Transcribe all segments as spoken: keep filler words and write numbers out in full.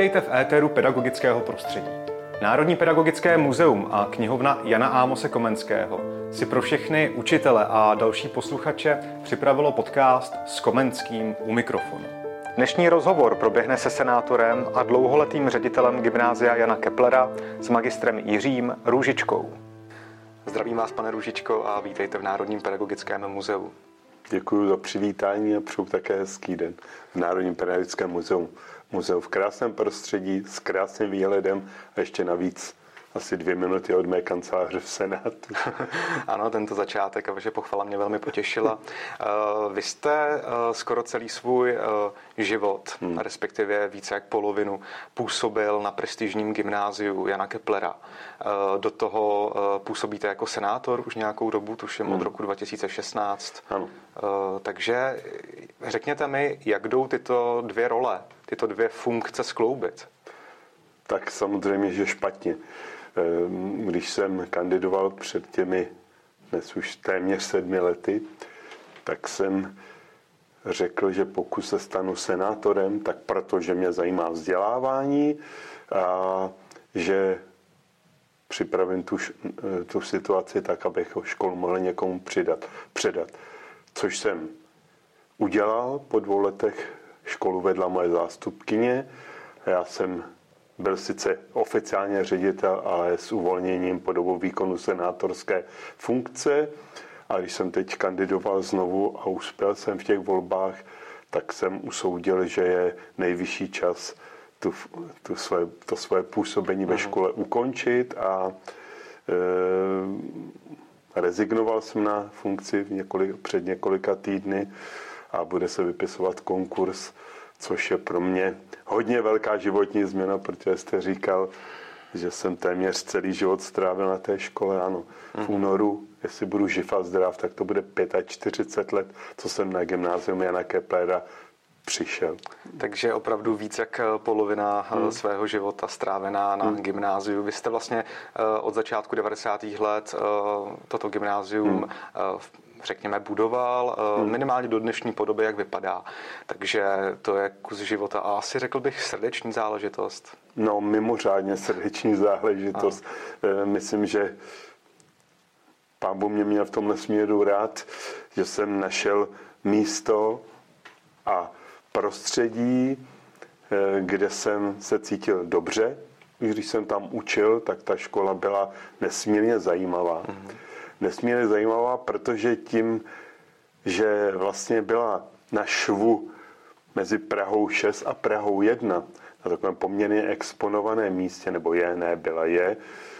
Vítejte v éteru pedagogického prostředí. Národní pedagogické muzeum a knihovna Jana Ámose Komenského si pro všechny učitele a další posluchače připravilo podcast s Komenským u mikrofonu. Dnešní rozhovor proběhne se senátorem a dlouholetým ředitelem gymnázia Jana Keplera s magistrem Jiřím Růžičkou. Zdravím vás, pane Růžičko, a vítejte v Národním pedagogickém muzeu. Děkuji za přivítání a přeju také hezký den v Národním pedagogickém muzeu. Muzeu v krásném prostředí, s krásným výhledem a ještě navíc asi dvě minuty od mé kanceláře v Senátu. Ano, tento začátek a vaše pochvala mě velmi potěšila. Vy jste skoro celý svůj život, hmm. respektive více jak polovinu, působil na prestižním gymnáziu Jana Keplera. Do toho působíte jako senátor už nějakou dobu, tuším hmm. od roku dva tisíce šestnáct. Ano. Takže řekněte mi, jak jdou tyto dvě role, tyto dvě funkce skloubit? Tak samozřejmě, že špatně. Když jsem kandidoval před těmi dnes už téměř sedmi lety, tak jsem řekl, že pokud se stanu senátorem, tak protože mě zajímá vzdělávání a že připravím tu, tu situaci tak, abych školu mohl někomu přidat, předat. Což jsem udělal. Po dvou letech školu vedla moje zástupkyně. Já jsem byl sice oficiálně ředitel, ale s uvolněním po dobu výkonu senátorské funkce. A když jsem teď kandidoval znovu a uspěl jsem v těch volbách, tak jsem usoudil, že je nejvyšší čas tu, tu své, to své působení ve škole ukončit a e, rezignoval jsem na funkci v několik, před několika týdny a bude se vypisovat konkurs, což je pro mě hodně velká životní změna, protože jste říkal, že jsem téměř celý život strávil na té škole. Ano, v únoru, jestli budu živ a zdrav, tak to bude čtyřicet pět let, co jsem na gymnázium Jana Keplera přišel. Takže opravdu víc jak polovina hmm. svého života strávená na hmm. gymnáziu. Vy jste vlastně od začátku devadesátých let toto gymnázium hmm. řekněme, budoval hmm. minimálně do dnešní podoby, jak vypadá. Takže to je kus života a asi řekl bych srdeční záležitost. No, mimořádně srdeční záležitost. Ano. Myslím, že Pán Bůh mě měl v tomhle směru rád, že jsem našel místo a prostředí, kde jsem se cítil dobře. Když jsem tam učil, tak ta škola byla nesmírně zajímavá. Hmm. Nesmírně zajímavá, protože tím, že vlastně byla na švu mezi Prahou šest a Prahou jedna, na takovém poměrně exponovaném místě, nebo je, ne, byla je,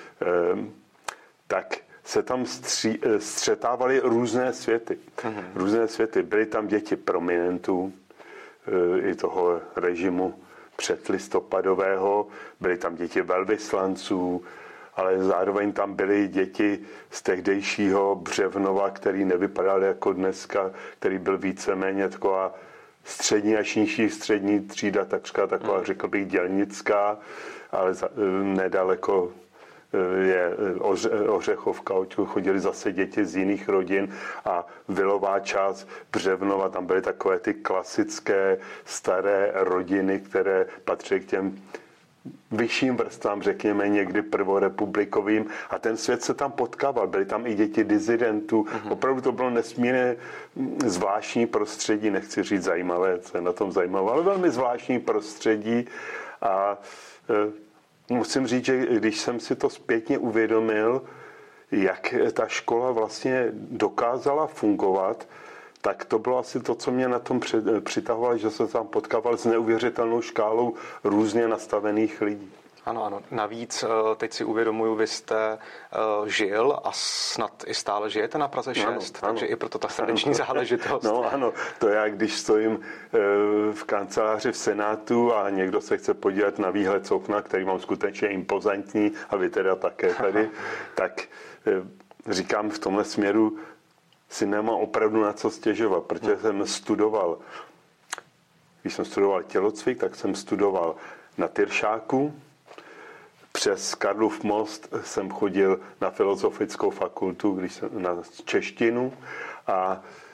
tak se tam stří, střetávaly různé světy. Mm-hmm. Různé světy. Byly tam děti prominentů i toho režimu předlistopadového, byly tam děti velvyslanců, ale zároveň tam byly děti z tehdejšího Břevnova, který nevypadal jako dneska, který byl víceméně taková střední až nižší střední třída, takřka taková, mm. řekl bych, dělnická, ale za, nedaleko je Ořechovka, odkud chodili zase děti z jiných rodin a vilová část Břevnova, tam byly takové ty klasické staré rodiny, které patří k těm vyšším vrstvám, řekněme někdy prvorepublikovým, a ten svět se tam potkával. Byly tam i děti disidentů. Mm-hmm. Opravdu to bylo nesmírně zvláštní prostředí, nechci říct zajímavé, co je na tom zajímavé, ale velmi zvláštní prostředí a e, musím říct, že když jsem si to zpětně uvědomil, jak ta škola vlastně dokázala fungovat, tak to bylo asi to, co mě na tom přitahovalo, že se tam potkával s neuvěřitelnou škálou různě nastavených lidí. Ano, ano. Navíc teď si uvědomuju, vy jste žil a snad i stále žijete na Praze šest, ano, takže ano. I proto ta srdeční ano. záležitost. No ano, to já, když stojím v kanceláři v Senátu a někdo se chce podívat na výhled z okna, který mám skutečně impozantní, a vy teda také tady, tak říkám v tomhle směru, si nemám opravdu na co stěžovat, protože jsem studoval, když jsem studoval tělocvik, tak jsem studoval na Tyršáku, přes Karlův most jsem chodil na filozofickou fakultu, když jsem na češtinu, a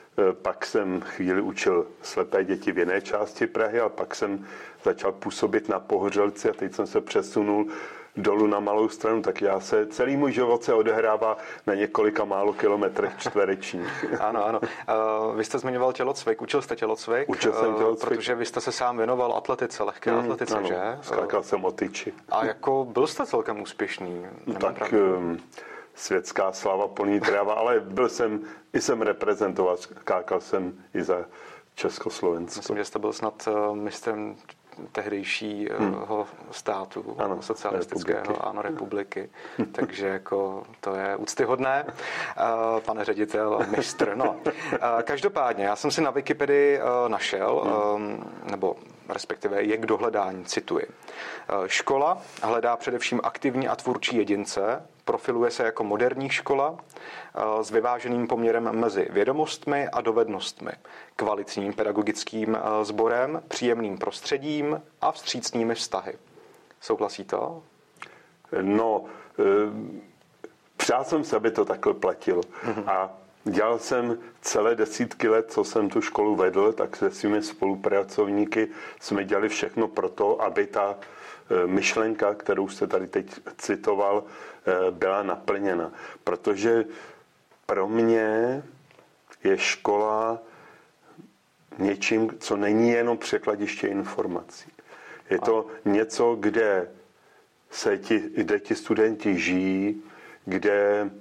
Pak jsem chvíli učil slepé děti v jiné části Prahy, a pak jsem začal působit na Pohořelci a teď jsem se přesunul dolů na Malou Stranu, tak já se, celý můj život se odehrává na několika málo kilometrech čtverečních. Ano, ano. Uh, vy jste zmiňoval tělocvik, učil jste tělocvik? Učil jsem tělocvik. Uh, protože vy jste se sám věnoval atletice, lehké mm, atletice, ano, že? Skákal jsem o tyči. A jako byl jste celkem úspěšný? Tak um, světská slava polní tráva, ale byl jsem, i jsem reprezentoval, skákal jsem i za Československo. Myslím, že jste byl snad uh, mistrem tehdejšího hmm. státu, ano, socialistického, republiky. Ano, republiky. Takže jako to je úctyhodné, uh, pane ředitel a mistr. No. Uh, každopádně, já jsem si na Wikipedii uh, našel, hmm. um, nebo respektive je k dohledání, cituji. Uh, škola hledá především aktivní a tvůrčí jedince, profiluje se jako moderní škola s vyváženým poměrem mezi vědomostmi a dovednostmi, kvalitním pedagogickým sborem, příjemným prostředím a vstřícnými vztahy. Souhlasí to? No, přál jsem se, aby to takhle platilo. Mm-hmm. A dělal jsem celé desítky let, co jsem tu školu vedl, tak se svými spolupracovníky jsme dělali všechno pro to, aby ta myšlenka, kterou jste tady teď citoval, byla naplněna. Protože pro mě je škola něčím, co není jenom překladiště informací. Je to něco, kde se ti, kde ti studenti žijí, kde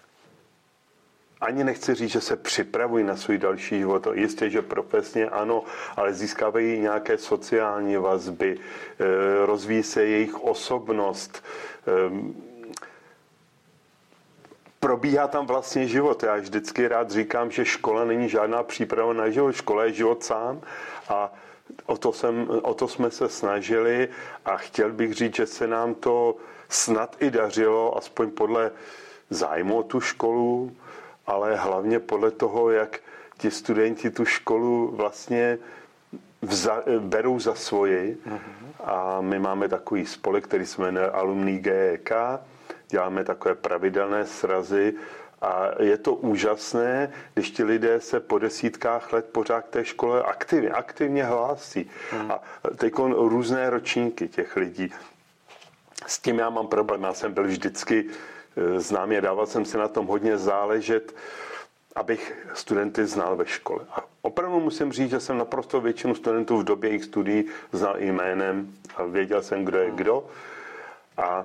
ani nechci říct, že se připravují na svůj další život. Jistě, že profesně ano, ale získávají nějaké sociální vazby, rozvíjí se jejich osobnost, probíhá tam vlastně život. Já vždycky rád říkám, že škola není žádná příprava na život, škola je život sám a o to, jsem, o to jsme se snažili a chtěl bych říct, že se nám to snad i dařilo, aspoň podle zájmu o tu školu, ale hlavně podle toho, jak ti studenti tu školu vlastně vza, berou za svoji. Mm-hmm. A my máme takový spolek, který se jmenuje Alumni G E K, děláme takové pravidelné srazy a je to úžasné, když ti lidé se po desítkách let pořád k té škole aktivně, aktivně hlásí. Mm. A teď různé ročníky těch lidí. S tím já mám problém, já jsem byl vždycky znám je, dával jsem si na tom hodně záležet, abych studenty znal ve škole. A opravdu musím říct, že jsem naprosto většinu studentů v době jejich studií znal i jménem a věděl jsem, kdo je kdo. A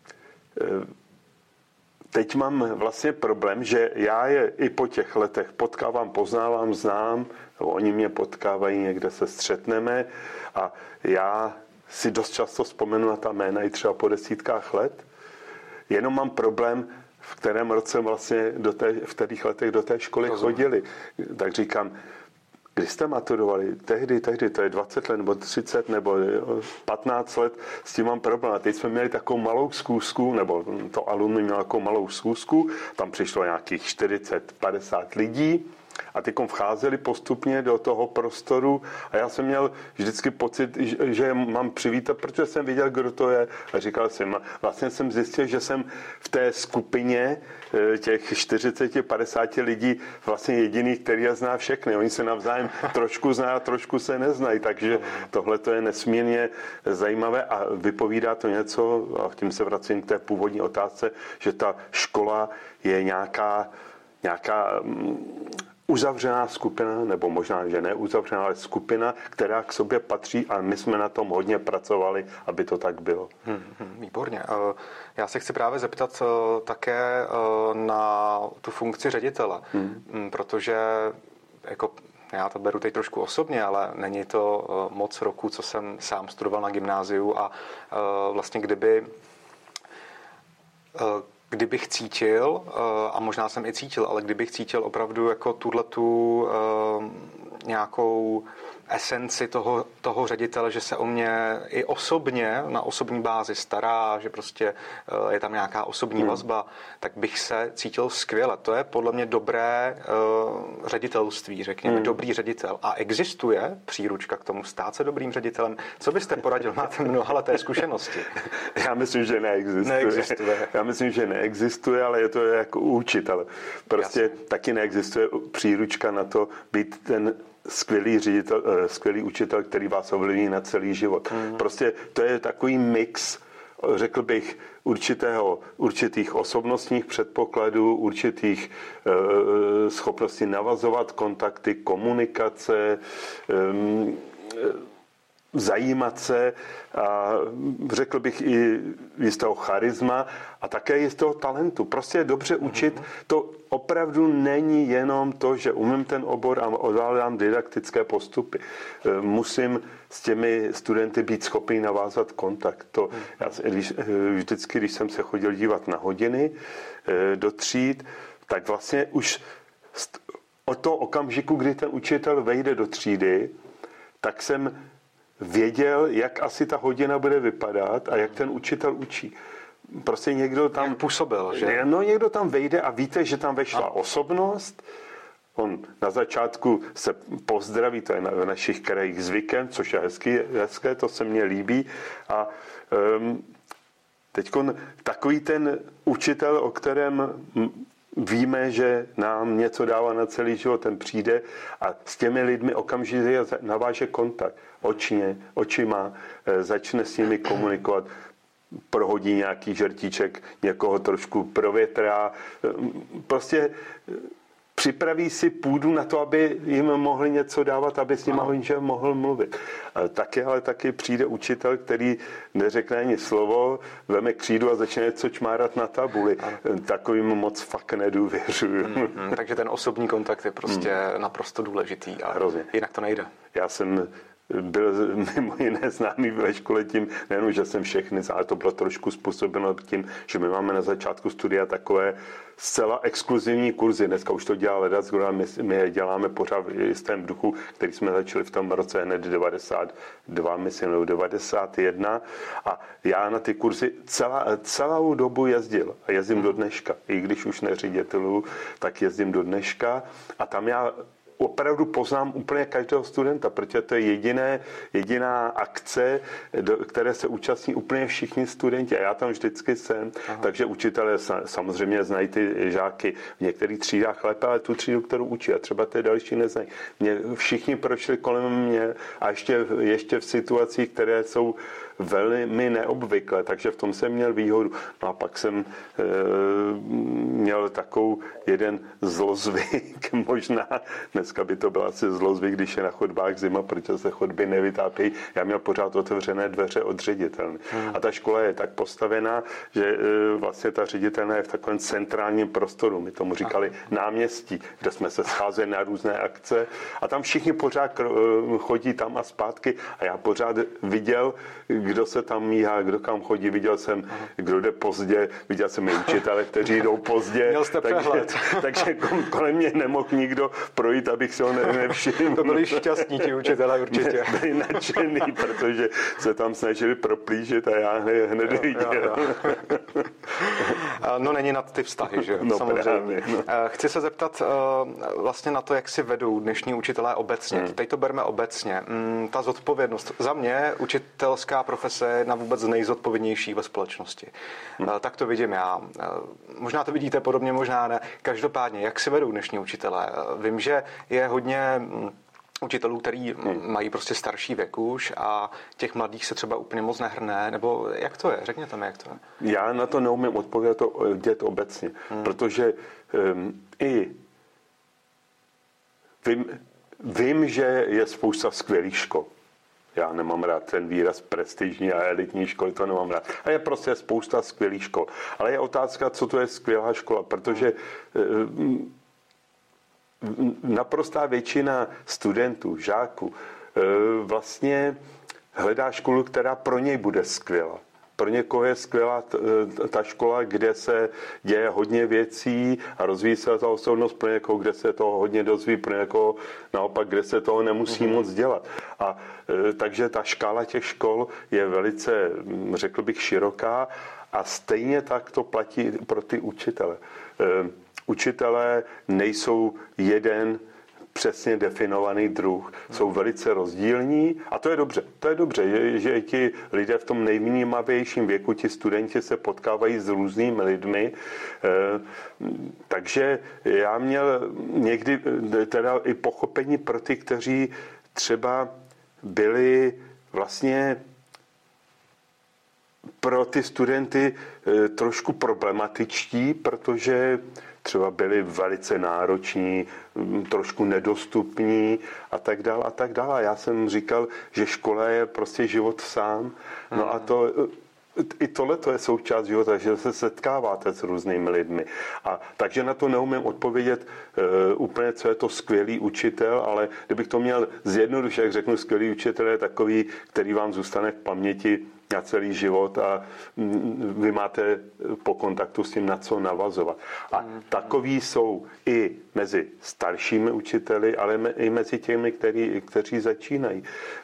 teď mám vlastně problém, že já je i po těch letech potkávám, poznávám, znám, nebo oni mě potkávají, někde se střetneme a já si dost často vzpomenu na ta jména i třeba po desítkách let. Jenom mám problém, v kterém roce vlastně do té, v kterých letech do té školy Rozumím. chodili. Tak říkám, když jste maturovali, tehdy, tehdy, to je dvacet let, nebo třicet, nebo patnáct let, s tím mám problém. A teď jsme měli takovou malou schůzku, nebo to alumni mělo takovou malou schůzku, tam přišlo nějakých čtyřicet padesát lidí, a teď vcházeli postupně do toho prostoru a já jsem měl vždycky pocit, že mám přivítat, protože jsem viděl, kdo to je a říkal jsem, vlastně jsem zjistil, že jsem v té skupině těch čtyřicet padesát lidí vlastně jediný, který je zná všechny. Oni se navzájem trošku zná a trošku se neznají, takže tohle to je nesmírně zajímavé a vypovídá to něco, a tím se vracím k té původní otázce, že ta škola je nějaká, nějaká uzavřená skupina, nebo možná, že ne uzavřená, ale skupina, která k sobě patří a my jsme na tom hodně pracovali, aby to tak bylo. Hmm, hmm, výborně. Já se chci právě zeptat také na tu funkci ředitele, hmm. protože jako já to beru teď trošku osobně, ale není to moc roku, co jsem sám studoval na gymnáziu a vlastně kdyby kdybych cítil, a možná jsem i cítil, ale kdybych cítil opravdu jako tuhletu nějakou esenci toho, toho ředitele, že se o mě i osobně, na osobní bázi stará, že prostě je tam nějaká osobní hmm. vazba, tak bych se cítil skvěle. To je podle mě dobré uh, ředitelství, řekněme, hmm. dobrý ředitel. A existuje příručka k tomu stát se dobrým ředitelem? Co byste poradil? Máte mnohaleté zkušenosti. Já myslím, že neexistuje. neexistuje. Já myslím, že neexistuje, ale je to jako učitel. Prostě Jasně. taky neexistuje příručka na to být ten skvělý ředitel, skvělý učitel, který vás ovlivní na celý život. Mm. Prostě to je takový mix, řekl bych, určitého, určitých osobnostních předpokladů, určitých e, schopností navazovat kontakty, komunikace, e, zajímat se a řekl bych i jistého charisma a také jistého talentu. Prostě dobře učit, to opravdu není jenom to, že umím ten obor a ovládám didaktické postupy. Musím s těmi studenty být schopný navázat kontakt. To, já, když, vždycky, když jsem se chodil dívat na hodiny do tříd, tak vlastně už od toho okamžiku, kdy ten učitel vejde do třídy, tak jsem věděl, jak asi ta hodina bude vypadat a jak ten učitel učí. Prostě někdo tam... Jak působil, že? No, někdo tam vejde a víte, že tam vešla a... osobnost. On na začátku se pozdraví, to je na, v našich krajích zvykem, což je hezký, hezké, to se mně líbí. A um, teďkon takový ten učitel, o kterém víme, že nám něco dává na celý život, ten přijde a s těmi lidmi okamžitě naváže kontakt. Očně, očima, začne s nimi komunikovat, prohodí nějaký žertíček, někoho trošku provětrá. Prostě připraví si půdu na to, aby jim mohli něco dávat, aby s nimi mohl mluvit. Taky, ale taky přijde učitel, který neřekne ani slovo, veme křídu a začne něco čmárat na tabuli. Takovým moc fakt nedůvěřuju. Mm-hmm, takže ten osobní kontakt je prostě mm. naprosto důležitý. A hrozně. Jinak to nejde. Já jsem byl mimo jiné známý ve škole tím, nejenom, že jsem všechny, ale to bylo trošku způsobeno tím, že my máme na začátku studia takové zcela exkluzivní kurzy. Dneska už to dělá Ledac, my, my je děláme pořád v jistém duchu, který jsme začali v tom roce hned devadesát dva, myslím, nebo devadesát jedna. A já na ty kurzy celá, celou dobu jezdil. A jezdím do dneška. I když už neředitelů, tak jezdím do dneška. A tam já opravdu poznám úplně každého studenta, protože to je jediné, jediná akce, do které se účastní úplně všichni studenti. A já tam vždycky jsem, Aha. takže učitelé samozřejmě znají ty žáky v některých třídách lépe, ale tu třídu, kterou učí, a třeba ty další neznají. Mě všichni prošli kolem mě a ještě, ještě v situacích, které jsou velmi neobvyklé, takže v tom jsem měl výhodu. No a pak jsem e, měl takovou jeden zlozvyk, možná dneska by to byla asi zlozvyk, když je na chodbách zima, protože se chodby nevytápějí. Já měl pořád otevřené dveře od ředitelny. Hmm. A ta škola je tak postavená, že e, vlastně ta ředitelna je v takovém centrálním prostoru. My tomu říkali náměstí, kde jsme se scházeli na různé akce a tam všichni pořád chodí tam a zpátky a já pořád viděl, kdo se tam míhá, kdo kam chodí. Viděl jsem, kdo jde pozdě, viděl jsem i učitele, kteří jdou pozdě. Měl jste přehled. Takže, takže kolem mě nemohl nikdo projít, abych se ho nevšiml. To byli šťastní ti učitelé určitě. Byli nadšený, protože se tam snažili proplížit a já hned, hned viděl. Jo, jo. No není nad ty vztahy, že jo? No, samozřejmě. Právě, no. Chci se zeptat vlastně na to, jak si vedou dnešní učitelé obecně. Hmm. Teď to berme obecně. Ta zodpovědnost. Za mě učitelská profese je na vůbec nejzodpovědnější ve společnosti. Hmm. Tak to vidím já. Možná to vidíte podobně, možná ne. Každopádně, jak si vedou dnešní učitelé? Vím, že je hodně učitelů, který hmm. mají prostě starší věk už a těch mladých se třeba úplně moc nehrne, nebo jak to je? Řekněte mi, jak to je. Já na to neumím odpovědět dět obecně, hmm. protože um, i vím, vím, že je spousta skvělých škol. Já nemám rád ten výraz prestižní a elitní školy, to nemám rád. A je prostě spousta skvělých škol. Ale je otázka, co to je skvělá škola, protože um, naprostá většina studentů, žáků vlastně hledá školu, která pro něj bude skvělá. Pro někoho je skvělá ta škola, kde se děje hodně věcí a rozvíjí se ta osobnost, pro někoho, kde se toho hodně dozví, pro někoho naopak, kde se toho nemusí mm-hmm. moc dělat. A takže ta škála těch škol je velice, řekl bych, široká a stejně tak to platí pro ty učitele. Učitelé nejsou jeden přesně definovaný druh, jsou velice rozdílní a to je dobře. To je dobře, že, že ti lidé v tom nejvnímavějším věku, ti studenti se potkávají s různými lidmi, e, takže já měl někdy teda i pochopení pro ty, kteří třeba byli vlastně pro ty studenty trošku problematičtí, protože třeba byli velice nároční, trošku nedostupní a tak dále a tak dále. Já jsem říkal, že škola je prostě život sám. No a to i tohle to je součást života, že se setkáváte s různými lidmi. A takže na to neumím odpovědět uh, úplně, co je to skvělý učitel, ale kdybych to měl zjednodušit, jak řeknu, skvělý učitel je takový, který vám zůstane v paměti na celý život a vy máte po kontaktu s tím na co navazovat. A takoví jsou i mezi staršími učiteli, ale i mezi těmi, který, kteří začínají.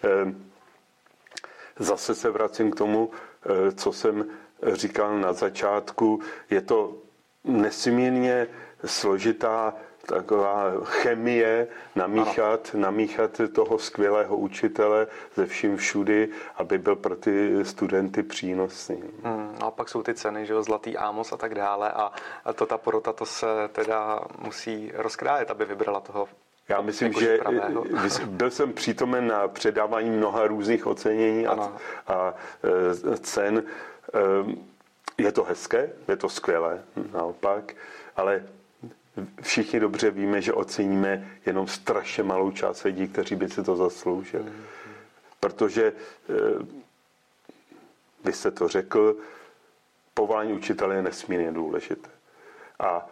Zase se vracím k tomu, co jsem říkal na začátku. Je to nesmírně složitá taková chemie, namíchat, namíchat toho skvělého učitele ze vším všudy, aby byl pro ty studenty přínosný. Hmm, a pak jsou ty ceny, že jo, Zlatý Ámos a tak dále a to ta porota, to se teda musí rozkrájet, aby vybrala toho. Já myslím, že pravého. Byl jsem přítomen na předávání mnoha různých ocenění a, a cen. Je to hezké, je to skvělé, naopak, ale všichni dobře víme, že oceníme jenom strašně malou část lidí, kteří by si to zasloužili. Mm. Protože, vy jste to řekl, povolání učitele je nesmírně důležité. A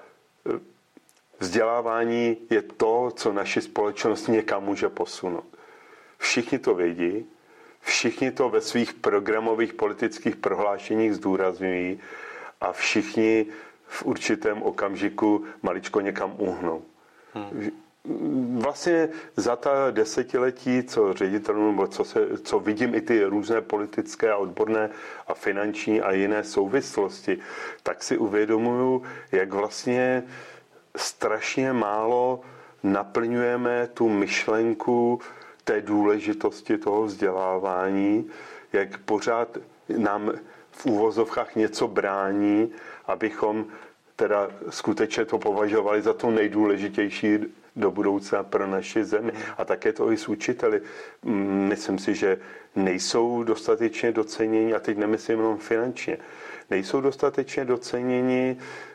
vzdělávání je to, co naši společnost někam může posunout. Všichni to vědí, všichni to ve svých programových politických prohlášeních zdůrazňují a všichni v určitém okamžiku maličko někam uhnou. Hmm. Vlastně za ta desetiletí, co ředitelům, nebo co, se, co vidím i ty různé politické a odborné a finanční a jiné souvislosti, tak si uvědomuju, jak vlastně strašně málo naplňujeme tu myšlenku té důležitosti toho vzdělávání, jak pořád nám v úvozovkách něco brání, abychom teda skutečně to považovali za to nejdůležitější do budoucna pro naši zemi. A také to i s učiteli. Myslím si, že nejsou dostatečně doceněni, a teď nemyslím jenom finančně, nejsou dostatečně doceněni,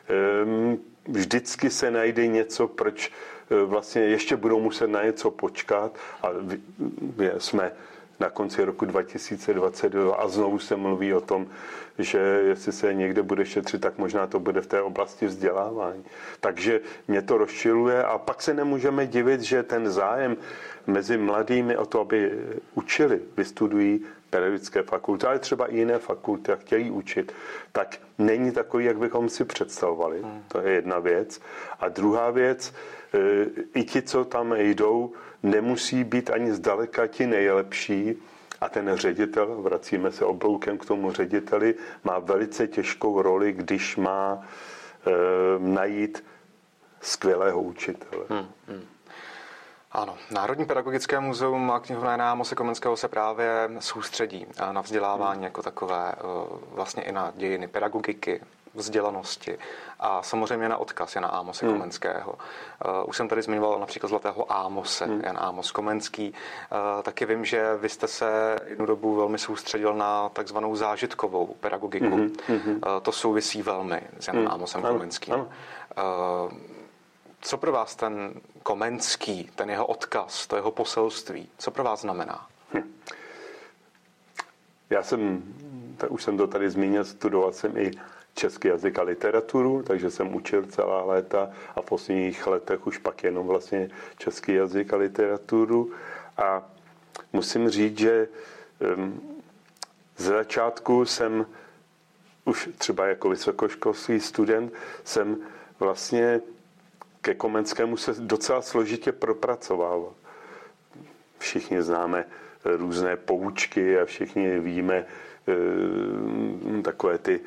vždycky se najde něco, proč vlastně ještě budou muset na něco počkat a jsme na konci roku dva tisíce dvacet dva a znovu se mluví o tom, že jestli se někde bude šetřit, tak možná to bude v té oblasti vzdělávání. Takže mě to rozčiluje a pak se nemůžeme divit, že ten zájem mezi mladými o to, aby učili, vystudují pedagogické fakulty, ale třeba i jiné fakulty a chtějí učit, tak není takový, jak bychom si představovali. Hmm. To je jedna věc. A druhá věc, i ti, co tam jdou, nemusí být ani zdaleka ti nejlepší a ten ředitel, vracíme se obloukem k tomu řediteli, má velice těžkou roli, když má e, najít skvělého učitele. Hmm, hmm. Ano, Národní pedagogické muzeum a knihovna Jana Ámose Komenského se právě soustředí na vzdělávání hmm. jako takové, vlastně i na dějiny pedagogiky, vzdělanosti a samozřejmě na odkaz Jana Ámose hmm. Komenského. Uh, už jsem tady zmiňoval například Zlatého Ámose, hmm. Jan Ámos Komenský. Uh, taky vím, že vy jste se jednu dobu velmi soustředil na takzvanou zážitkovou pedagogiku. Hmm. Hmm. Uh, to souvisí velmi s Janem hmm. Ámosem ano, Komenským. Ano. Uh, co pro vás ten Komenský, ten jeho odkaz, to jeho poselství, co pro vás znamená? Hmm. Já jsem, tak už jsem to tady zmínil, studoval jsem i český jazyk a literaturu, takže jsem učil celá léta a v posledních letech už pak jenom vlastně český jazyk a literaturu. A musím říct, že um, z začátku jsem už třeba jako vysokoškolský student jsem vlastně ke Komenskému se docela složitě propracovával. Všichni známe různé poučky a všichni víme um, takové ty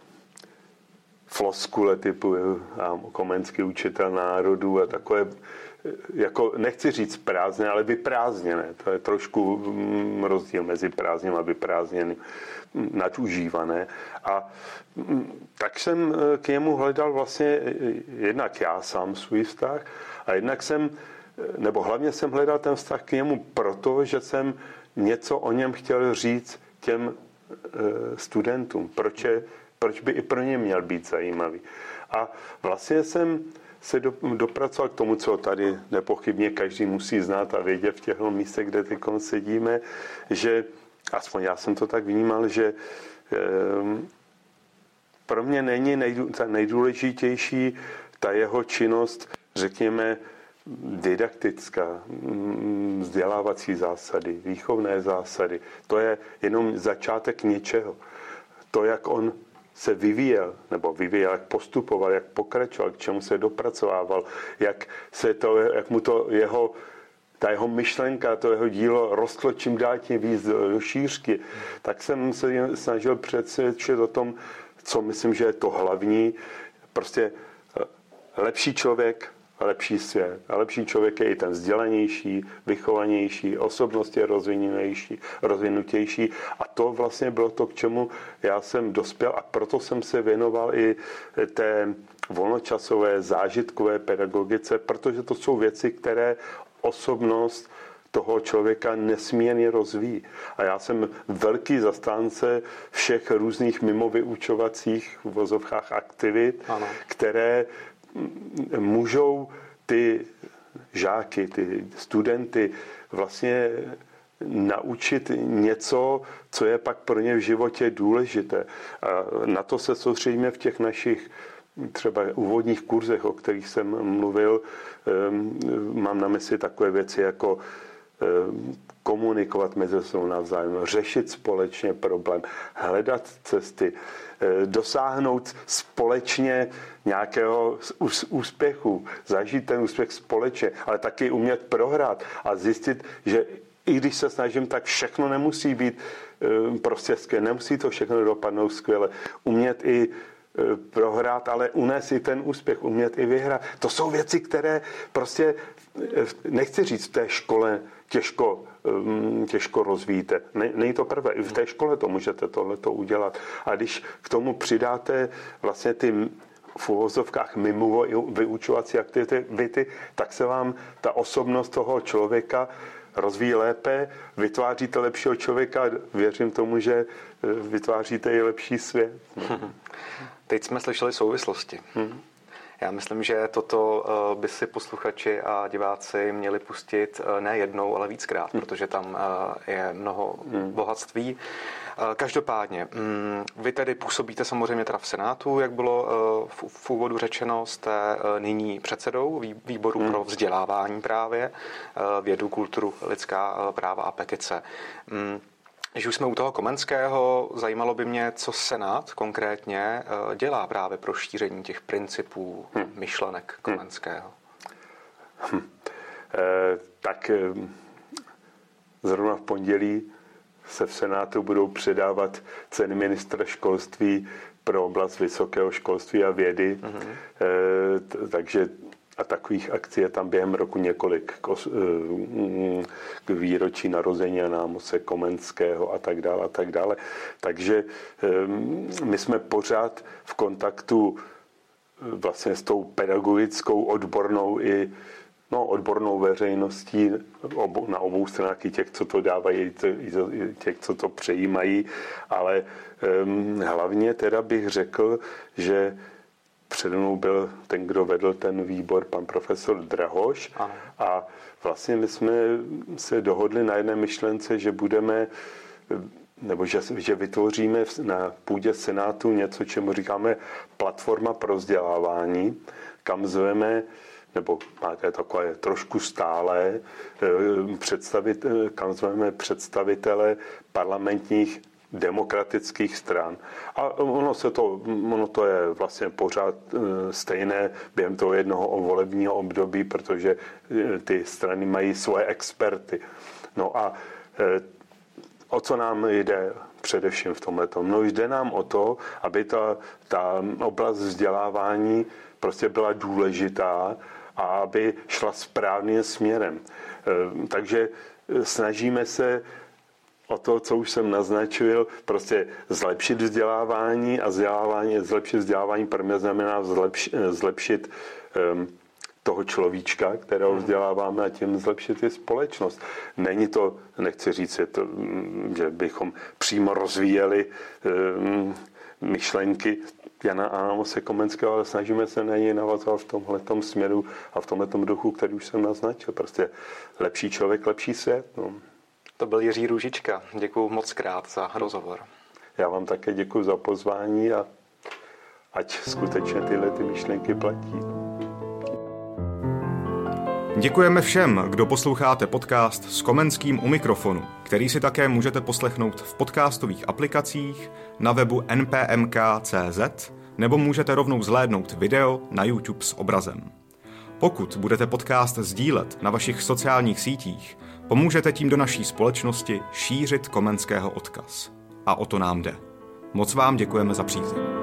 floskule typu Komenský učitel národů a takové jako nechci říct prázdné, ale vyprázdněné. To je trošku rozdíl mezi prázdným a vyprázdněným, nadužívané. A tak jsem k němu hledal vlastně jednak já sám svůj vztah a jednak jsem, nebo hlavně jsem hledal ten vztah k němu proto, že jsem něco o něm chtěl říct těm studentům. Proč, je, proč by i pro ně měl být zajímavý. A vlastně jsem se do, dopracoval k tomu, co tady nepochybně každý musí znát a vědět v těchto místech, kde teď sedíme, že, aspoň já jsem to tak vnímal, že um, pro mě není nejdů, ta nejdůležitější ta jeho činnost, řekněme, didaktická, vzdělávací zásady, výchovné zásady. To je jenom začátek něčeho. To, jak on se vyvíjel, nebo vyvíjel, jak postupoval, jak pokračoval, k čemu se dopracovával, jak, se to, jak mu to jeho, ta jeho myšlenka, to jeho dílo rostlo čím dál tím víc do, do šířky, tak jsem se snažil přesvědčit o tom, co myslím, že je to hlavní. Prostě lepší člověk, lepší svět. A lepší člověk je i ten vzdělanější, vychovanější, osobnost je rozvinutější, rozvinutější. A to vlastně bylo to, k čemu já jsem dospěl a proto jsem se věnoval i té volnočasové, zážitkové pedagogice, protože to jsou věci, které osobnost toho člověka nesmírně rozvíjí. A já jsem velký zastánce všech různých mimovyučovacích v vozovkách aktivit, ano. které můžou ty žáky, ty studenty vlastně naučit něco, co je pak pro ně v životě důležité. A na to se soustředíme v těch našich třeba úvodních kurzech, o kterých jsem mluvil. Mám na mysli takové věci jako komunikovat mezi sebou navzájem, řešit společně problém, hledat cesty, dosáhnout společně nějakého úspěchu, zažít ten úspěch společně, ale taky umět prohrát a zjistit, že i když se snažím, tak všechno nemusí být prostě skvělé, nemusí to všechno dopadnout skvěle. Umět i prohrát, ale unést i ten úspěch, umět i vyhrát. To jsou věci, které prostě, nechci říct, v té škole těžko, těžko rozvíjíte. Není to prvé. I v té škole to můžete tohleto udělat. A když k tomu přidáte vlastně ty v uvozovkách mimo vyučovací aktivity, tak se vám ta osobnost toho člověka rozvíjí lépe, vytváříte lepšího člověka a věřím tomu, že vytváříte i lepší svět. Teď jsme slyšeli souvislosti. Hmm. Já myslím, že toto by si posluchači a diváci měli pustit ne jednou, ale víckrát, hmm. protože tam je mnoho hmm. bohatství. Každopádně, vy tedy působíte samozřejmě teda v Senátu, jak bylo v úvodu řečeno, jste nyní předsedou výboru hmm. pro vzdělávání právě, vědu, kulturu, lidská práva a petice. Když už jsme u toho Komenského, zajímalo by mě, co Senát konkrétně dělá právě pro šíření těch principů, hmm. myšlenek Komenského. Hmm. E, tak e, zrovna v pondělí se v Senátu budou předávat ceny ministra školství pro oblast vysokého školství a vědy. Hmm. E, t, takže a takových akcí je tam během roku několik k, os, k výročí narození Jana Amose Komenského a tak dále a tak dále. Takže my jsme pořád v kontaktu vlastně s tou pedagogickou odbornou i no, odbornou veřejností na obou stranách, i těch, co to dávají, i těch, co to přejímají, ale hlavně teda bych řekl, že přede mnou byl ten, kdo vedl ten výbor, pan profesor Drahoš. Ano. A vlastně my jsme se dohodli na jedné myšlence, že budeme, nebo že, že vytvoříme na půdě Senátu něco, čemu říkáme platforma pro vzdělávání, kam zveme, nebo máte takové trošku stálé, představit, kam zveme představitele parlamentních demokratických stran. A ono, se to, ono to je vlastně pořád stejné během toho jednoho volebního období, protože ty strany mají svoje experty. No a o co nám jde především v tomhletom? No jde nám o to, aby ta, ta oblast vzdělávání prostě byla důležitá a aby šla správným směrem. Takže snažíme se o to, co už jsem naznačil, prostě zlepšit vzdělávání a vzdělávání, zlepšit vzdělávání pro mě znamená zlepš, zlepšit um, toho človíčka, kterého vzděláváme, a tím zlepšit i společnost. Není to, nechci říct, to, že bychom přímo rozvíjeli um, myšlenky Jana Amose Komenského, ale snažíme se na něj navazovat v tomhletom směru a v tomhletom duchu, který už jsem naznačil. Prostě lepší člověk, lepší svět. No. To byl Jiří Růžička. Děkuju moc krát za rozhovor. Já vám také děkuji za pozvání a ať skutečně tyhle ty myšlenky platí. Děkujeme všem, kdo posloucháte podcast s Komenským u mikrofonu, který si také můžete poslechnout v podcastových aplikacích, na webu n p m k tečka c z nebo můžete rovnou zhlédnout video na YouTube s obrazem. Pokud budete podcast sdílet na vašich sociálních sítích, pomůžete tím do naší společnosti šířit Komenského odkaz. A o to nám jde. Moc vám děkujeme za přízeň.